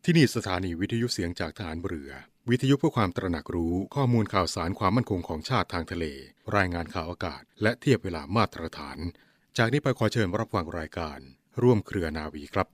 ที่นี่สถานีวิทยุเสียงจากทหารเรือวิทยุเพื่อความตระหนักรู้ข้อมูลข่าวสารความมั่นคงของชาติทางทะเลรายงานข่าวอากาศและเทียบเวลามาตรฐานจากนี้ไปขอเชิญรับฟังรายการร่วมเครือนาวีครับ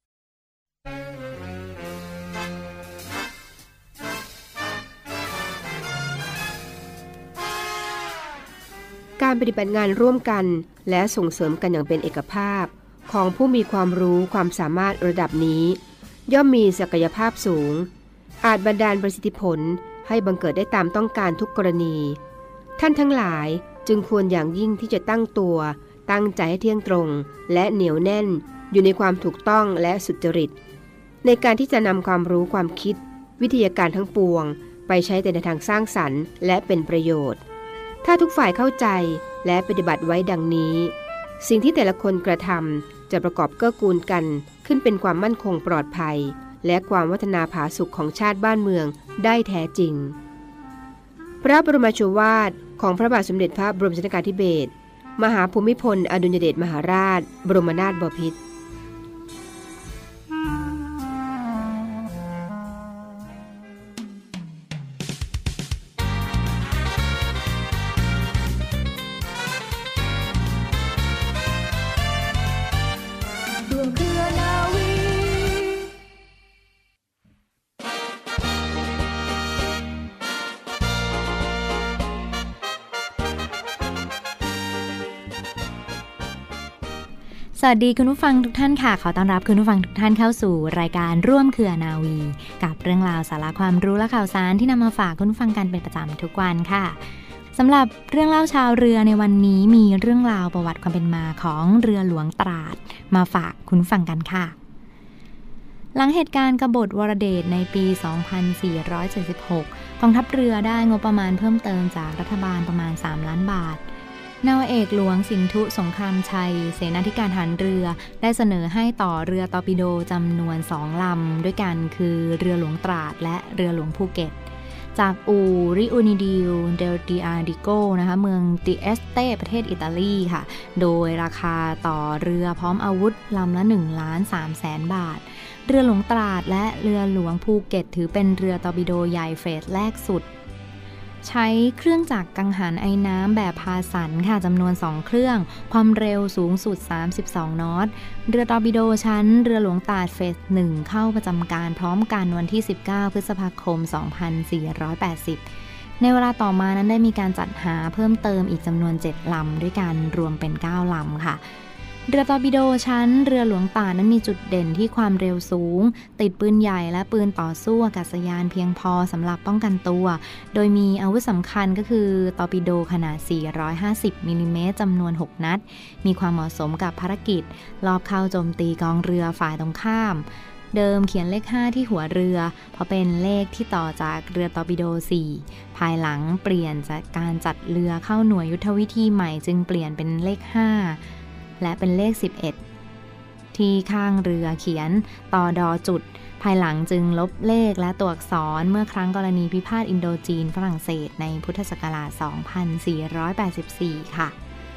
การปฏิบัติงานร่วมกันและส่งเสริมกันอย่างเป็นเอกภาพของผู้มีความรู้ความสามารถระดับนี้ย่อมมีศักยภาพสูงอาจบันดาลประสิทธิผลให้บังเกิดได้ตามต้องการทุกกรณีท่านทั้งหลายจึงควรอย่างยิ่งที่จะตั้งตัวตั้งใจให้เที่ยงตรงและเหนียวแน่นอยู่ในความถูกต้องและสุจริตในการที่จะนำความรู้ความคิดวิทยาการทั้งปวงไปใช้แต่ในทางสร้างสรรค์และเป็นประโยชน์ถ้าทุกฝ่ายเข้าใจและปฏิบัติไว้ดังนี้สิ่งที่แต่ละคนกระทำจะประกอบเกื้อกูลกันขึ้นเป็นความมั่นคงปลอดภัยและความวัฒนาผาสุกของชาติบ้านเมืองได้แท้จริงพระบรมโชวาทของพระบาทสมเด็จพระบรมชนกาธิเบศรมหาภูมิพลอดุลยเดชมหาราชบรมนาถบพิตรสวัสดีคุณผู้ฟังทุกท่านค่ะขอต้อนรับคุณผู้ฟังทุกท่านเข้าสู่รายการร่วมเครือนาวีกับเรื่องราวสาระความรู้และข่าวสารที่นำมาฝากคุณผู้ฟังกันเป็นประจำทุกวันค่ะสำหรับเรื่องเล่าชาวเรือในวันนี้มีเรื่องราวประวัติความเป็นมาของเรือหลวงตราดมาฝากคุณผู้ฟังกันค่ะหลังเหตุการณ์กบฏวรเดชในปี 2476 กองทัพเรือได้งบประมาณเพิ่มเติมจากรัฐบาลประมาณ 3 ล้านบาทนาวาเอกหลวงสินธุสงครามชัยเสนาธิการทหารเรือได้เสนอให้ต่อเรือตอร์ปิโดจำนวน2ลำด้วยกันคือเรือหลวงตราดและเรือหลวงภูเก็ตจากอู่ริอูนิดิลเดลติอาร์ดิโกนะคะเมืองติเอสเตประเทศอิตาลีค่ะโดยราคาต่อเรือพร้อมอาวุธลำละ1,300,000 บาทเรือหลวงตราดและเรือหลวงภูเก็ตถือเป็นเรือตอร์ปิโดใหญ่เฟสแรกสุดใช้เครื่องจักรกังหันไอน้ำแบบพาสันค่ะจำนวน2เครื่องความเร็วสูงสุด32นอตเรือตอร์ปิโดชั้นเรือหลวงตราดเฟส1เข้าประจำการพร้อมกันวันที่19พฤษภาคม2480ในเวลาต่อมานั้นได้มีการจัดหาเพิ่มเติมอีกจำนวน7ลำด้วยกันรวมเป็น9ลำค่ะเรือตอร์ปิโดชั้นเรือหลวงตราดนั้นมีจุดเด่นที่ความเร็วสูงติดปืนใหญ่และปืนต่อสู้อากาศยานเพียงพอสำหรับป้องกันตัวโดยมีอาวุธสำคัญก็คือตอร์ปิโดขนาด450มิลลิเมตรจำนวน6นัดมีความเหมาะสมกับภารกิจลอบเข้าโจมตีกองเรือฝ่ายตรงข้ามเดิมเขียนเลข5ที่หัวเรือเพราะเป็นเลขที่ต่อจากเรือตอร์ปิโด4ภายหลังเปลี่ยนจากการจัดเรือเข้าหน่วยยุทธวิธีใหม่จึงเปลี่ยนเป็นเลข5และเป็นเลข11ที่ข้างเรือเขียนต่อดอจุดภายหลังจึงลบเลขและตัวอักษรเมื่อครั้งกรณีพิพาทอินโดจีนฝรั่งเศสในพุทธศักราช 2484 ค่ะ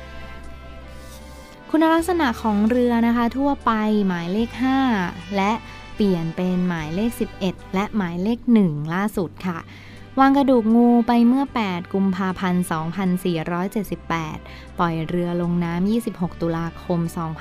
คุณลักษณะของเรือนะคะทั่วไปหมายเลข5และเปลี่ยนเป็นหมายเลข11และหมายเลข1ล่าสุดค่ะวางกระดูกงูไปเมื่อ8กุมภาพันธ์2478ปล่อยเรือลงน้ำ26ตุลาคม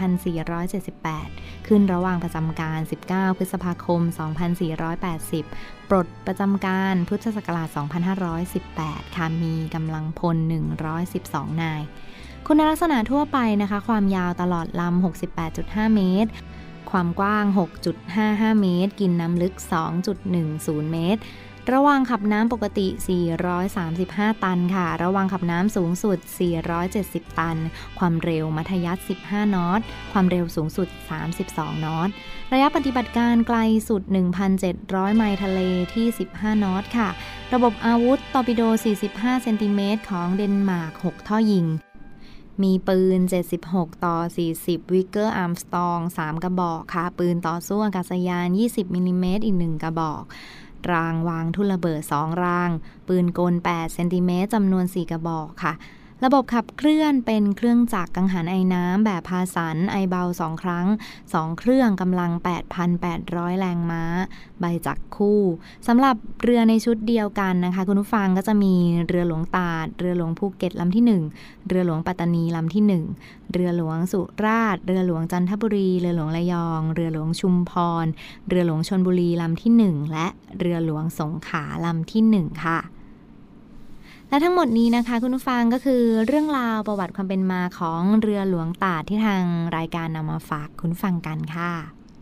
2478ขึ้นระหว่างประจำการ19พฤษภาคม2480ปลดประจำการพุทธศักราช2518ค่ะมีกำลังพล112นายคุณลักษณะทั่วไปนะคะความยาวตลอดลำ 68.5 เมตรความกว้าง 6.55 เมตรกินน้ำลึก 2.10 เมตรระหว่างขับน้ำปกติ435ตันค่ะระหว่างขับน้ำสูงสุด470ตันความเร็วมัธยัสถ์15นอตความเร็วสูงสุด32นอตระยะปฏิบัติการไกลสุด 1,700 ไมล์ทะเลที่15นอตค่ะระบบอาวุธตอร์ปิโด45เซนติเมตรของเดนมาร์ก6ท่อยิงมีปืน76ต่อ40วิกเกอร์อาร์มสตรอง3กระบอกค่ะปืนต่อสู้อากาศยาน20มิลลิเมตรอีก1กระบอกรางวางทุ่นระเบิด2รางปืนกล8เซนติเมตรจำนวน4กระบอกค่ะระบบขับเคลื่อนเป็นเครื่องจักรกังหันไอน้ำแบบพาสันไอเบา2ครั้ง2เครื่องกำลัง 8,800 แรงม้าใบจักรคู่สำหรับเรือในชุดเดียวกันนะคะคุณผู้ฟังก็จะมีเรือหลวงตราดเรือหลวงภูเก็ตลำที่1เรือหลวงปัตตานีลำที่1เรือหลวงสุราษฎร์เรือหลวงจันทบุรีเรือหลวงระยองเรือหลวงชุมพรเรือหลวงชลบุรีลำที่1และเรือหลวงสงขลาลำที่1ค่ะและทั้งหมดนี้นะคะคุณผู้ฟังก็คือเรื่องราวประวัติความเป็นมาของเรือหลวงตราดที่ทางรายการนำมาฝากคุณฟังกันค่ะ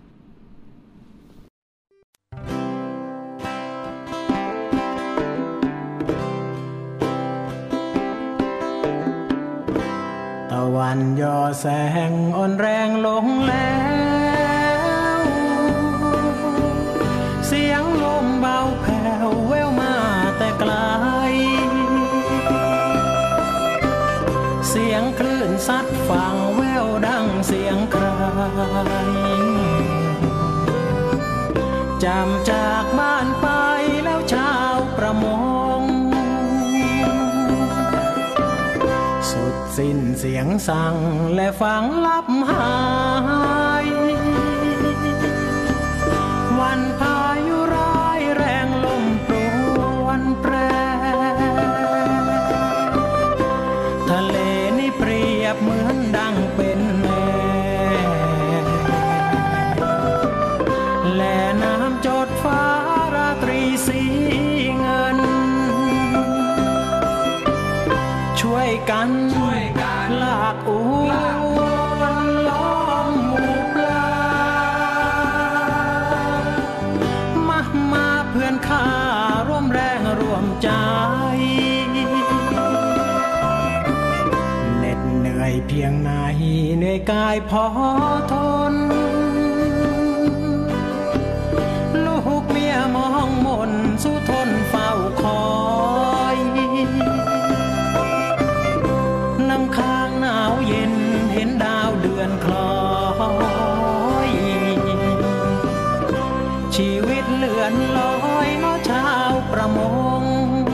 ตะวันย่อแสงอ่อนแรงลงแล้วเสียงลมเบาแผ่วแววมาแต่ไกลเสียงคลื่นซัดฝั่งแววดังเสียงใครจำจากบ้านไปแล้วชาวประมงสุดสิ้นเสียงสั่งและฟังลับหายวันพายุร้ายแรงลมปรวนแปรทะเลนี่เปรียบเหมือนดังเป็นแม่และน้ำจดฟ้าราตรีสีเงินช่วยกันลากอวนล้อมหมู่ปลามาเพื่อนข้าร่วมแรงร่วมใจเหน็ดเหนื่อยเพียงไหนเหนื่อยกายพอทนลูกเมียมองมนสู้ทนเฝ้าคอยน้ำค้างหนาวเย็นเห็นดาวเดือนคล้อยชีวิตเลื่อนลอยเนาะชาวประมง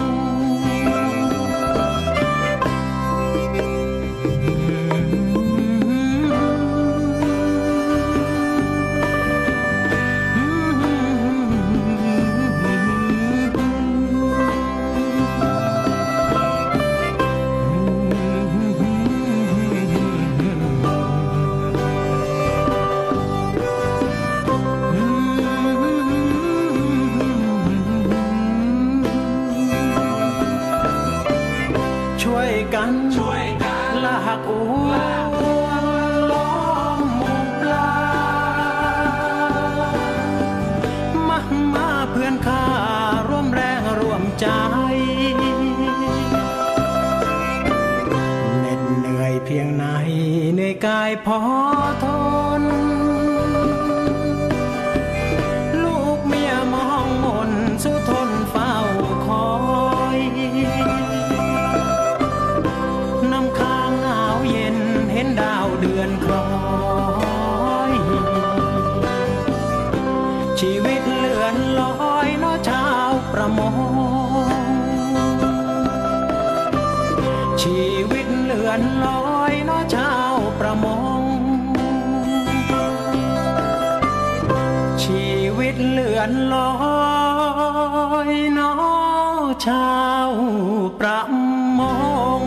ช่วยกันลากอวนล้อมหมู่ปลามาเพื่อนข้าร่วมแรงร่วมใจเหน็ดเหนื่อยเพียงไหนเหนื่อยกายพอทนลูกเมียมองมนสู้ทนเฝ้าคอยน้ำค้างหนาวเย็นเห็นดาวเดือนคล้อยชีวิตเลื่อนลอยเนาะชาวประมงชีวิตเลื่อนลอยเนาะชาวประมงชีวิตเลื่อนลอยเนาะชาวประมง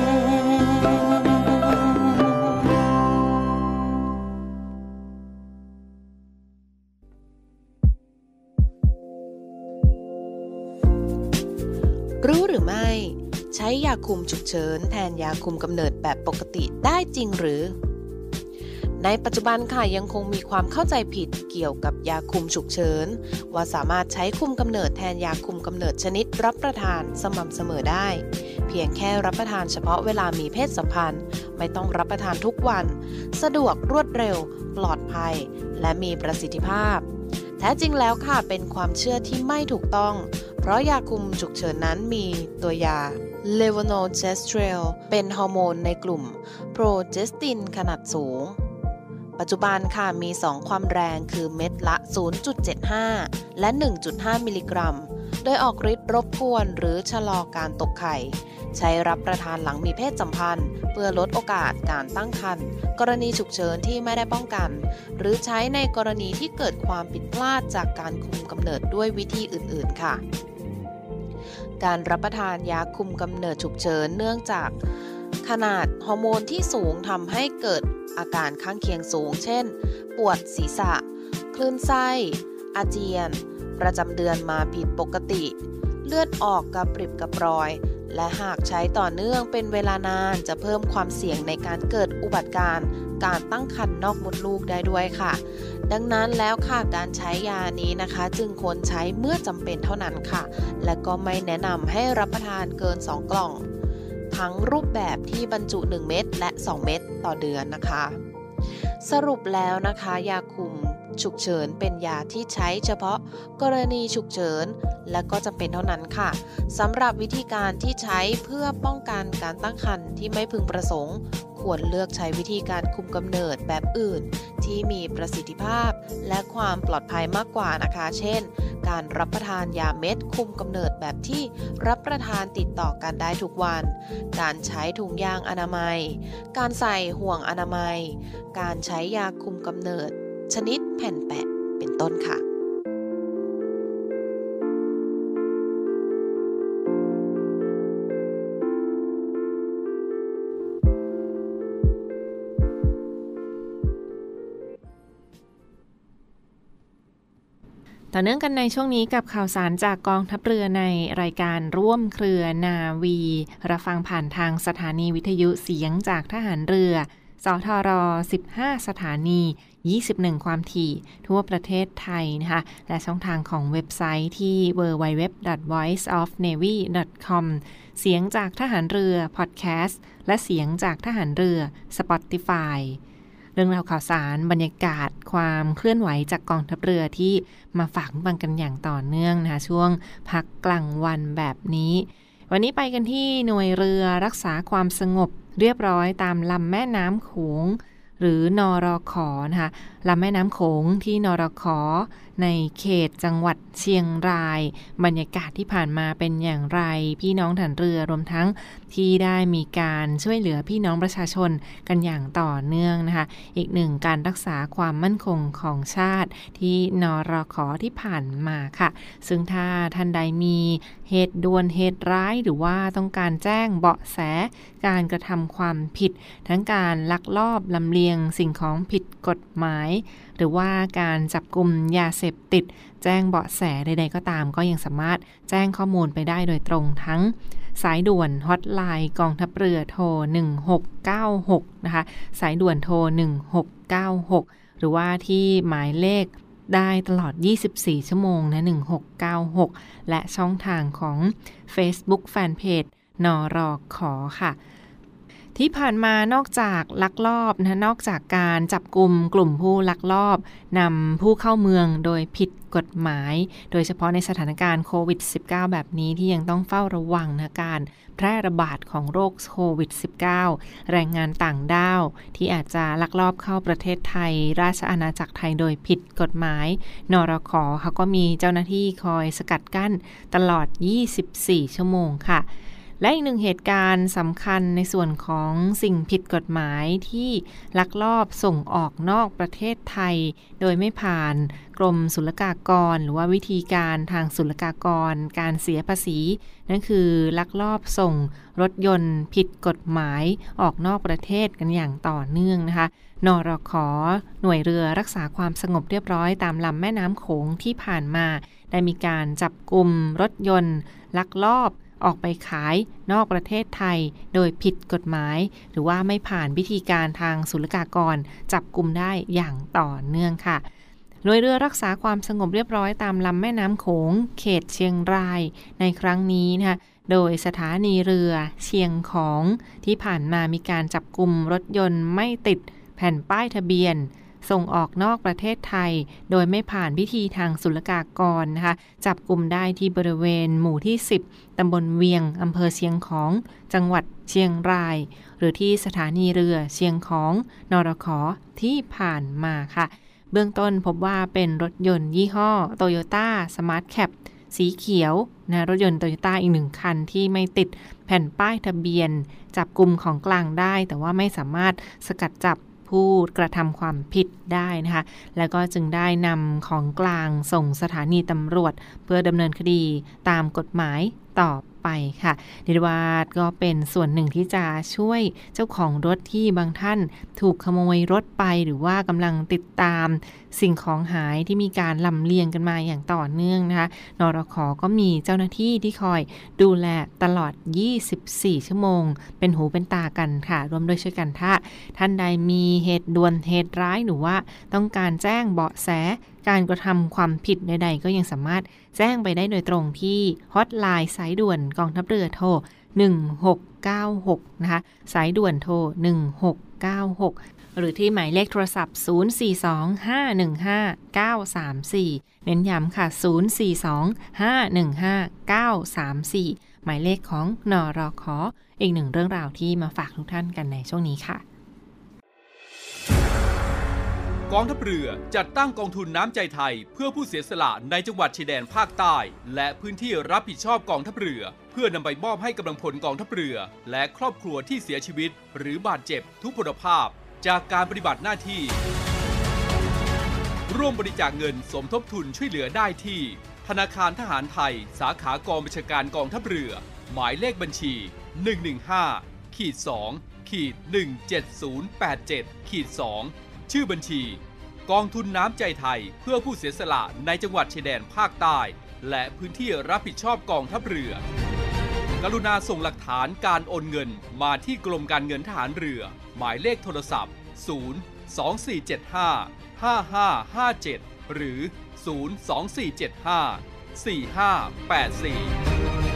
รู้หรือไม่ใช้ยาคุมฉุกเฉินแทนยาคุมกำเนิดแบบปกติได้จริงหรือในปัจจุบันค่ะยังคงมีความเข้าใจผิดเกี่ยวกับยาคุมฉุกเฉินว่าสามารถใช้คุมกำเนิดแทนยาคุมกำเนิดชนิดรับประทานสม่ำเสมอได้เพียงแค่รับประทานเฉพาะเวลามีเพศสัมพันธ์ไม่ต้องรับประทานทุกวันสะดวกรวดเร็วปลอดภัยและมีประสิทธิภาพแท้จริงแล้วค่ะเป็นความเชื่อที่ไม่ถูกต้องเพราะยาคุมฉุกเฉินนั้นมีตัวยาเลโวโนเจสเทรลเป็นฮอร์โมนในกลุ่มโปรเจสตินขนาดสูงปัจจุบันค่ะมี2ความแรงคือเม็ดละ 0.75 และ 1.5 มิลลิกรัมโดยออกฤทธิ์รบกวนหรือชะลอการตกไข่ใช้รับประทานหลังมีเพศสัมพันธ์เพื่อลดโอกาสการตั้งครรภ์กรณีฉุกเฉินที่ไม่ได้ป้องกันหรือใช้ในกรณีที่เกิดความผิดพลาดจากการคุมกำเนิดด้วยวิธีอื่นๆค่ะการรับประทานยาคุมกำเนิดฉุกเฉินเนื่องจากขนาดฮอร์โมนที่สูงทำให้เกิดอาการข้างเคียงสูงเช่นปวดศีรษะคลื่นไส้อาเจียนประจำเดือนมาผิดปกติเลือดออกกระปริบกระปรอยและหากใช้ต่อเนื่องเป็นเวลานานจะเพิ่มความเสี่ยงในการเกิดอุบัติการตั้งครรภ์นอกมดลูกได้ด้วยค่ะดังนั้นแล้วค่ะการใช้ยานี้นะคะจึงควรใช้เมื่อจำเป็นเท่านั้นค่ะและก็ไม่แนะนำให้รับประทานเกิน2กล่องทั้งรูปแบบที่บรรจุ1เม็ดและ2เม็ดต่อเดือนนะคะสรุปแล้วนะคะยาคุมฉุกเฉินเป็นยาที่ใช้เฉพาะกรณีฉุกเฉินและก็จำเป็นเท่านั้นค่ะสำหรับวิธีการที่ใช้เพื่อป้องกันการตั้งครรภ์ที่ไม่พึงประสงค์ควรเลือกใช้วิธีการคุมกำเนิดแบบอื่นที่มีประสิทธิภาพและความปลอดภัยมากกว่านะคะเช่นการรับประทานยาเม็ดคุมกำเนิดแบบที่รับประทานติดต่อกันได้ทุกวันการใช้ถุงยางอนามัยการใส่ห่วงอนามัยการใช้ยาคุมกำเนิดชนิดแผ่นแปะเป็นต้นค่ะต่อเนื่องกันในช่วงนี้กับข่าวสารจากกองทัพเรือในรายการร่วมเครือนาวีรับฟังผ่านทางสถานีวิทยุเสียงจากทหารเรือสทร15สถานี21ความถี่ทั่วประเทศไทยนะคะและช่องทางของเว็บไซต์ที่ www.voiceofnavy.com เสียงจากทหารเรือพอดแคสต์และเสียงจากทหารเรือ Spotify เรื่องราวข่าวสารบรรยากาศความเคลื่อนไหวจากกองทัพเรือที่มาฝากฟังกันอย่างต่อเนื่องนะคะช่วงพักกลางวันแบบนี้วันนี้ไปกันที่หน่วยเรือรักษาความสงบเรียบร้อยตามลำแม่น้ำโขงหรือนรข.นะคะลำแม่น้ำโขงที่นรข.ในเขตจังหวัดเชียงรายบรรยากาศที่ผ่านมาเป็นอย่างไรพี่น้องทหารเรือรวมทั้งที่ได้มีการช่วยเหลือพี่น้องประชาชนกันอย่างต่อเนื่องนะคะอีกหนึ่งการรักษาความมั่นคงของชาติที่นรข.ที่ผ่านมาค่ะซึ่งถ้าท่านใดมีเหตุด่วนเหตุร้ายหรือว่าต้องการแจ้งเบาะแสการกระทำความผิดทั้งการลักลอบลำเลียงสิ่งของผิดกฎหมายหรือว่าการจับกุมยาเสพติดแจ้งเบาะแสใดๆก็ตามก็ยังสามารถแจ้งข้อมูลไปได้โดยตรงทั้งสายด่วนฮอตไลน์กองทัพเรือโทร1696นะคะสายด่วนโทร1696หรือว่าที่หมายเลขได้ตลอด24ชั่วโมงนะ1696และช่องทางของ Facebook Fanpage นรข.ค่ะที่ผ่านมานอกจากลักลอบนะนอกจากการจับกุมกลุ่มผู้ลักลอบนำผู้เข้าเมืองโดยผิดกฎหมายโดยเฉพาะในสถานการณ์โควิด -19 แบบนี้ที่ยังต้องเฝ้าระวังนะการแพร่ระบาดของโรคโควิด -19 แรงงานต่างด้าวที่อาจจะลักลอบเข้าประเทศไทยราชอาณาจักรไทยโดยผิดกฎหมายนรข.เขาก็มีเจ้าหน้าที่คอยสกัดกั้นตลอด24ชั่วโมงค่ะและอีกหนึ่งเหตุการณ์สำคัญในส่วนของสิ่งผิดกฎหมายที่ลักลอบส่งออกนอกประเทศไทยโดยไม่ผ่านกรมศุลกากรหรือว่าวิธีการทางศุลกากรการเสียภาษีนั่นคือลักลอบส่งรถยนต์ผิดกฎหมายออกนอกประเทศกันอย่างต่อเนื่องนะคะนรข.หน่วยเรือรักษาความสงบเรียบร้อยตามลำแม่น้ำโขงที่ผ่านมาได้มีการจับกุมรถยนต์ลักลอบออกไปขายนอกประเทศไทยโดยผิดกฎหมายหรือว่าไม่ผ่านวิธีการทางศุลกากรจับกุมได้อย่างต่อเนื่องค่ะหน่วยเรือรักษาความสงบเรียบร้อยตามลำแม่น้ำโขงเขตเชียงรายในครั้งนี้นะคะโดยสถานีเรือเชียงของที่ผ่านมามีการจับกุมรถยนต์ไม่ติดแผ่นป้ายทะเบียนส่งออกนอกประเทศไทยโดยไม่ผ่านพิธีทางศุลกากรนะคะจับกุมได้ที่บริเวณหมู่ที่10ตำบลเวียงอำเภอเชียงของจังหวัดเชียงรายหรือที่สถานีเรือเชียงของนรข.ที่ผ่านมาค่ะเบื้องต้นพบว่าเป็นรถยนต์ยี่ห้อ Toyota Smart Cab สีเขียวนะรถยนต์ Toyota อีก1คันที่ไม่ติดแผ่นป้ายทะเบียนจับกุมของกลางได้แต่ว่าไม่สามารถสกัดจับผู้กระทำความผิดได้นะคะแล้วก็จึงได้นำของกลางส่งสถานีตำรวจเพื่อดำเนินคดีตามกฎหมายต่อไปค่ะเรียกว่าก็เป็นส่วนหนึ่งที่จะช่วยเจ้าของรถที่บางท่านถูกขโมยรถไปหรือว่ากำลังติดตามสิ่งของหายที่มีการลำเลียงกันมาอย่างต่อเนื่องนะคะนรข.ก็มีเจ้าหน้าที่ที่คอยดูแลตลอด24ชั่วโมงเป็นหูเป็นตากันค่ะร่วมด้วยช่วยกันถ้าท่านใดมีเหตุด่วนเหตุร้ายหรือว่าต้องการแจ้งเบาะแสการกระทำความผิดใดๆก็ยังสามารถแจ้งไปได้โดยตรงที่ฮอตไลน์สายด่วนกองทัพเรือโทร1696นะคะสายด่วนโทร1696หรือที่หมายเลขโทรศัพท์0425159934เน้นย้ำค่ะ0425159934หมายเลขของนรข.อีกหนึ่งเรื่องราวที่มาฝากทุกท่านกันในช่วงนี้ค่ะกองทัพเรือจัดตั้งกองทุนน้ำใจไทยเพื่อผู้เสียสละในจังหวัดชายแดนภาคใต้และพื้นที่รับผิดชอบกองทัพเรือเพื่อนำไปมอบให้กำลังพลกองทัพเรือและครอบครัวที่เสียชีวิตหรือบาดเจ็บทุพพลภาพจากการปฏิบัติหน้าที่ร่วมบริจาคเงินสมทบทุนช่วยเหลือได้ที่ธนาคารทหารไทยสาขากองบัญชาการกองทัพเรือหมายเลขบัญชี115-2-17087-2ชื่อบัญชีกองทุนน้ำใจไทยเพื่อผู้เสียสละในจังหวัดชายแดนภาคใต้และพื้นที่รับผิดชอบกองทัพเรือกรุณาส่งหลักฐานการโอนเงินมาที่กรมการเงินทหารเรือหมายเลขโทรศัพท์024755557หรือ024754584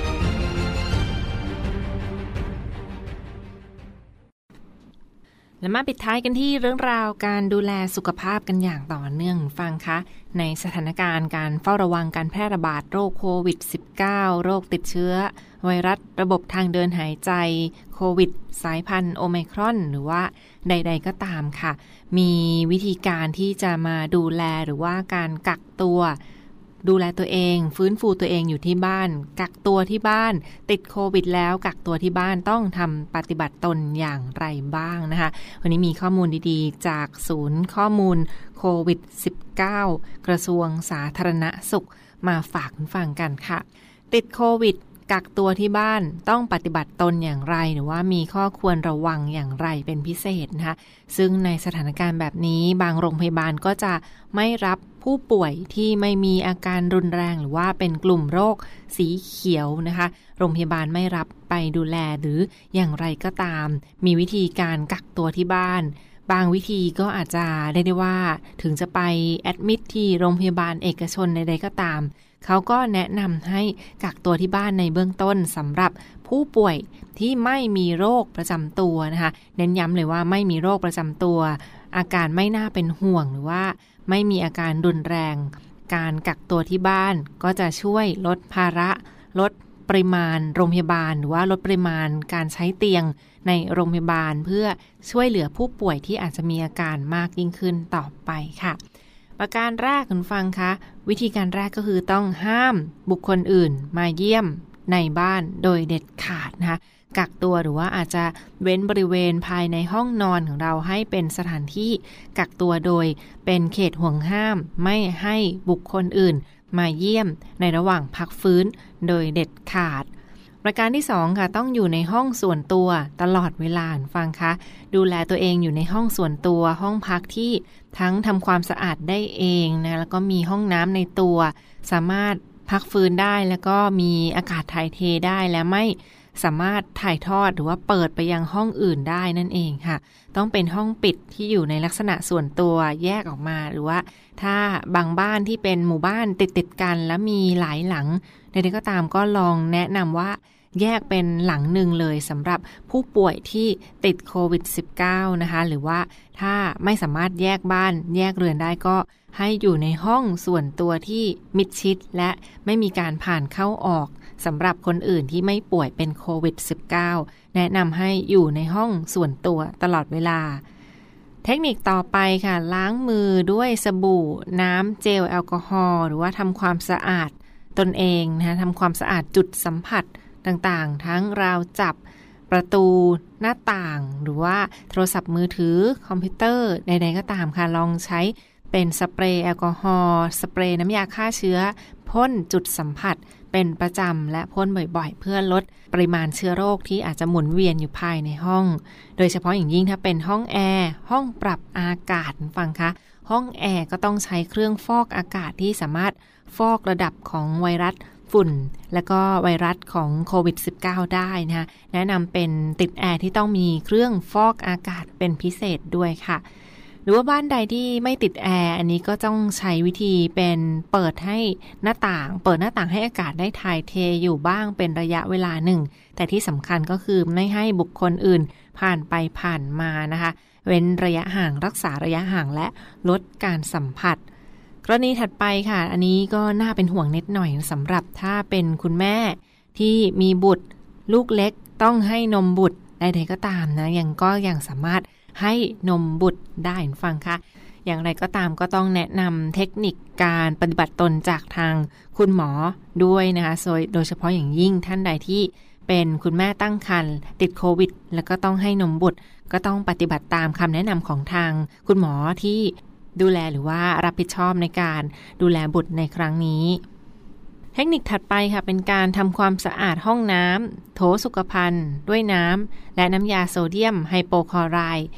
และมาปิดท้ายกันที่เรื่องราวการดูแลสุขภาพกันอย่างต่อเนื่องฟังคะในสถานการณ์การเฝ้าระวังการแพร่ระบาดโรคโควิด -19 โรคติดเชื้อไวรัสระบบทางเดินหายใจโควิดสายพันธุ์โอไมครอนหรือว่าใดๆก็ตามค่ะมีวิธีการที่จะมาดูแลหรือว่าการกักตัวดูแลตัวเองฟื้นฟูตัวเองอยู่ที่บ้านกักตัวที่บ้านติดโควิดแล้วกักตัวที่บ้านต้องทำปฏิบัติตนอย่างไรบ้างนะคะวันนี้มีข้อมูลดีๆจากศูนย์ข้อมูลโควิด -19 กระทรวงสาธารณสุขมาฝากคุณฟังกันค่ะติดโควิดกักตัวที่บ้านต้องปฏิบัติตนอย่างไรหรือว่ามีข้อควรระวังอย่างไรเป็นพิเศษนะคะซึ่งในสถานการณ์แบบนี้บางโรงพยาบาลก็จะไม่รับผู้ป่วยที่ไม่มีอาการรุนแรงหรือว่าเป็นกลุ่มโรคสีเขียวนะคะโรงพยาบาลไม่รับไปดูแลหรืออย่างไรก็ตามมีวิธีการกักตัวที่บ้านบางวิธีก็อาจจะได้ว่าถึงจะไปแอดมิทที่โรงพยาบาลเอกชนใดๆก็ตามเขาก็แนะนำให้กักตัวที่บ้านในเบื้องต้นสำหรับผู้ป่วยที่ไม่มีโรคประจำตัวนะคะเน้นย้ำเลยว่าไม่มีโรคประจำตัวอาการไม่น่าเป็นห่วงหรือว่าไม่มีอาการรุนแรงการกักตัวที่บ้านก็จะช่วยลดภาระลดปริมาณโรงพยาบาลหรือว่าลดปริมาณการใช้เตียงในโรงพยาบาลเพื่อช่วยเหลือผู้ป่วยที่อาจจะมีอาการมากยิ่งขึ้นต่อไปค่ะประการแรกคุณฟังคะวิธีการแรกก็คือต้องห้ามบุคคลอื่นมาเยี่ยมในบ้านโดยเด็ดขาดนะคะกักตัวหรือว่าอาจจะเว้นบริเวณภายในห้องนอนของเราให้เป็นสถานที่กักตัวโดยเป็นเขตห่วงห้ามไม่ให้บุคคลอื่นมาเยี่ยมในระหว่างพักฟื้นโดยเด็ดขาดประการที่2ค่ะต้องอยู่ในห้องส่วนตัวตลอดเวลาฟังคะดูแลตัวเองอยู่ในห้องส่วนตัวห้องพักที่ทั้งทำความสะอาดได้เองนะแล้วก็มีห้องน้ำในตัวสามารถพักฟื้นได้แล้วก็มีอากาศถ่ายเทได้และไม่สามารถถ่ายทอดหรือว่าเปิดไปยังห้องอื่นได้นั่นเองค่ะต้องเป็นห้องปิดที่อยู่ในลักษณะส่วนตัวแยกออกมาหรือว่าถ้าบางบ้านที่เป็นหมู่บ้านติดกันแล้วมีหลายหลังใดๆก็ตามก็ลองแนะนำว่าแยกเป็นหลังหนึ่งเลยสำหรับผู้ป่วยที่ติดโควิด -19 นะคะหรือว่าถ้าไม่สามารถแยกบ้านแยกเรือนได้ก็ให้อยู่ในห้องส่วนตัวที่มิดชิดและไม่มีการผ่านเข้าออกสำหรับคนอื่นที่ไม่ป่วยเป็นโควิด -19 แนะนำให้อยู่ในห้องส่วนตัวตลอดเวลาเทคนิคต่อไปค่ะล้างมือด้วยสบู่น้ำเจลแอลกอฮอล์หรือว่าทำความสะอาดตนเองนะคะทำความสะอาดจุดสัมผัสต่างๆทั้งราวจับประตูหน้าต่างหรือว่าโทรศัพท์มือถือคอมพิวเตอร์ใดๆก็ตามค่ะลองใช้เป็นสเปรย์แอลกอฮอล์สเปรย์น้ำยาฆ่าเชื้อพ่นจุดสัมผัสเป็นประจำและพ่นบ่อยๆเพื่อลดปริมาณเชื้อโรคที่อาจจะหมุนเวียนอยู่ภายในห้องโดยเฉพาะอย่างยิ่งถ้าเป็นห้องแอร์ห้องปรับอากาศฟังคะห้องแอร์ก็ต้องใช้เครื่องฟอกอากาศที่สามารถฟอกระดับของไวรัสฝุ่นและก็ไวรัสของโควิด -19 ได้นะคะแนะนำเป็นติดแอร์ที่ต้องมีเครื่องฟอกอากาศเป็นพิเศษด้วยค่ะหรือว่าบ้านใดที่ไม่ติดแอร์อันนี้ก็ต้องใช้วิธีเป็นเปิดให้หน้าต่างให้อากาศได้ถ่ายเทอยู่บ้างเป็นระยะเวลาหนึ่งแต่ที่สำคัญก็คือไม่ให้บุคคลอื่นผ่านไปผ่านมานะคะเว้นระยะห่างรักษาระยะห่างและลดการสัมผัสกรณีถัดไปค่ะอันนี้ก็น่าเป็นห่วงนิดหน่อยสำหรับถ้าเป็นคุณแม่ที่มีบุตรลูกเล็กต้องให้นมบุตรใดๆก็ตามนะยังสามารถให้นมบุตรได้ฟังค่ะอย่างไรก็ตามก็ต้องแนะนำเทคนิคการปฏิบัติตนจากทางคุณหมอด้วยนะคะโดยเฉพาะอย่างยิ่งท่านใดที่เป็นคุณแม่ตั้งครรภ์ติดโควิดแล้วก็ต้องให้นมบุตรก็ต้องปฏิบัติตามคำแนะนำของทางคุณหมอที่ดูแลหรือว่ารับผิดชอบในการดูแลบุตรในครั้งนี้เทคนิคถัดไปค่ะเป็นการทำความสะอาดห้องน้ำโถสุขภัณฑ์ด้วยน้ำและน้ำยาโซเดียมไฮโปคลอไรด์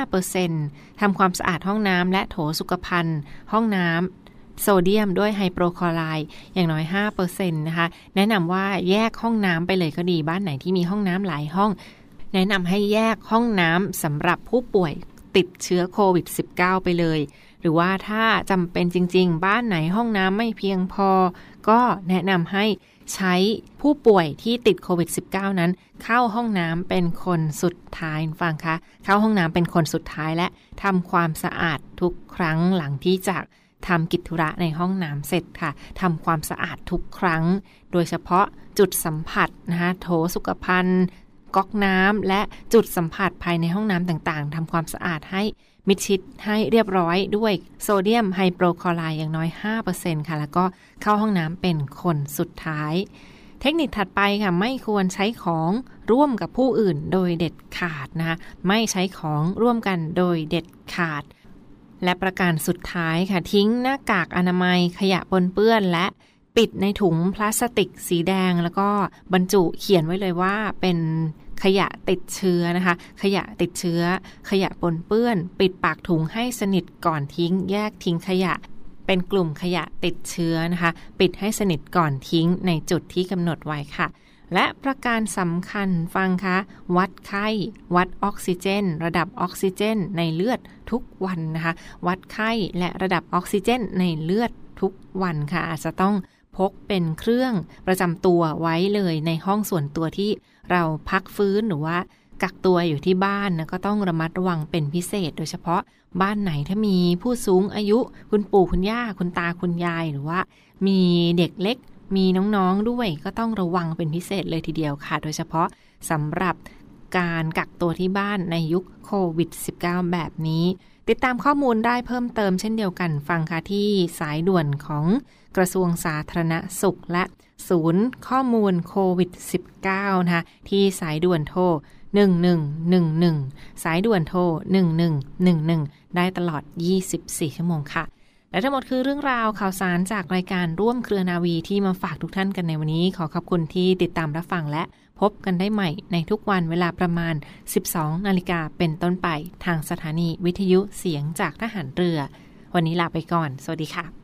5% ทำความสะอาดห้องน้ำและโถสุขภัณฑ์ห้องน้ำโซเดียมด้วยไฮโปคลอไรด์อย่างน้อย 5% นะคะแนะนำว่าแยกห้องน้ำไปเลยก็ดีบ้านไหนที่มีห้องน้ำหลายห้องแนะนำให้แยกห้องน้ำสำหรับผู้ป่วยติดเชื้อโควิด -19 ไปเลยหรือว่าถ้าจำเป็นจริงๆบ้านไหนห้องน้ำไม่เพียงพอก็แนะนำให้ใช้ผู้ป่วยที่ติดโควิด -19 นั้นเข้าห้องน้ำเป็นคนสุดท้ายฟังคะเข้าห้องน้ำเป็นคนสุดท้ายและทำความสะอาดทุกครั้งหลังที่จะทำกิจธุระในห้องน้ำเสร็จค่ะทำความสะอาดทุกครั้งโดยเฉพาะจุดสัมผัสนะคะโถสุขภัณฑ์ก๊อกน้ำและจุดสัมผัสภายในห้องน้ำต่างๆทำความสะอาดให้มิดชิดให้เรียบร้อยด้วยโซเดียมไฮโปคลอไรด์อย่างน้อย 5% ค่ะแล้วก็เข้าห้องน้ำเป็นคนสุดท้ายเทคนิคถัดไปค่ะไม่ควรใช้ของร่วมกับผู้อื่นโดยเด็ดขาดนะคะไม่ใช้ของร่วมกันโดยเด็ดขาดและประการสุดท้ายค่ะทิ้งหน้ากากอนามัยขยะปนเปื้อนและปิดในถุงพลาสติกสีแดงแล้วก็บรรจุเขียนไว้เลยว่าเป็นขยะติดเชื้อนะคะขยะติดเชื้อขยะปนเปื้อนปิดปากถุงให้สนิทก่อนทิ้งแยกทิ้งขยะเป็นกลุ่มขยะติดเชื้อนะคะปิดให้สนิทก่อนทิ้งในจุดที่กำหนดไว้ค่ะและประการสำคัญฟังคะวัดไข้วัดออกซิเจนระดับออกซิเจนในเลือดทุกวันนะคะวัดไข้และระดับออกซิเจนในเลือดทุกวันค่ะอาจจะต้องพกเป็นเครื่องประจำตัวไว้เลยในห้องส่วนตัวที่เราพักฟื้นหรือว่ากักตัวอยู่ที่บ้านนะก็ต้องระมัดระวังเป็นพิเศษโดยเฉพาะบ้านไหนถ้ามีผู้สูงอายุคุณปู่คุณย่าคุณตาคุณยายหรือว่ามีเด็กเล็กมีน้องๆด้วยก็ต้องระวังเป็นพิเศษเลยทีเดียวค่ะโดยเฉพาะสำหรับการกักตัวที่บ้านในยุคโควิด -19 แบบนี้ติดตามข้อมูลได้เพิ่มเติมเช่นเดียวกันฟังค่ะที่สายด่วนของกระทรวงสาธารณสุขและศูนย์ข้อมูลโควิด -19 นะคะที่สายด่วนโทร1111สายด่วนโทร1111ได้ตลอด24ชั่วโมงค่ะและทั้งหมดคือเรื่องราวข่าวสารจากรายการร่วมเครือนาวีที่มาฝากทุกท่านกันในวันนี้ขอขอบคุณที่ติดตามรับฟังและพบกันได้ใหม่ในทุกวันเวลาประมาณ 12 นาฬิกาเป็นต้นไปทางสถานีวิทยุเสียงจากทหารเรือวันนี้ลาไปก่อนสวัสดีค่ะ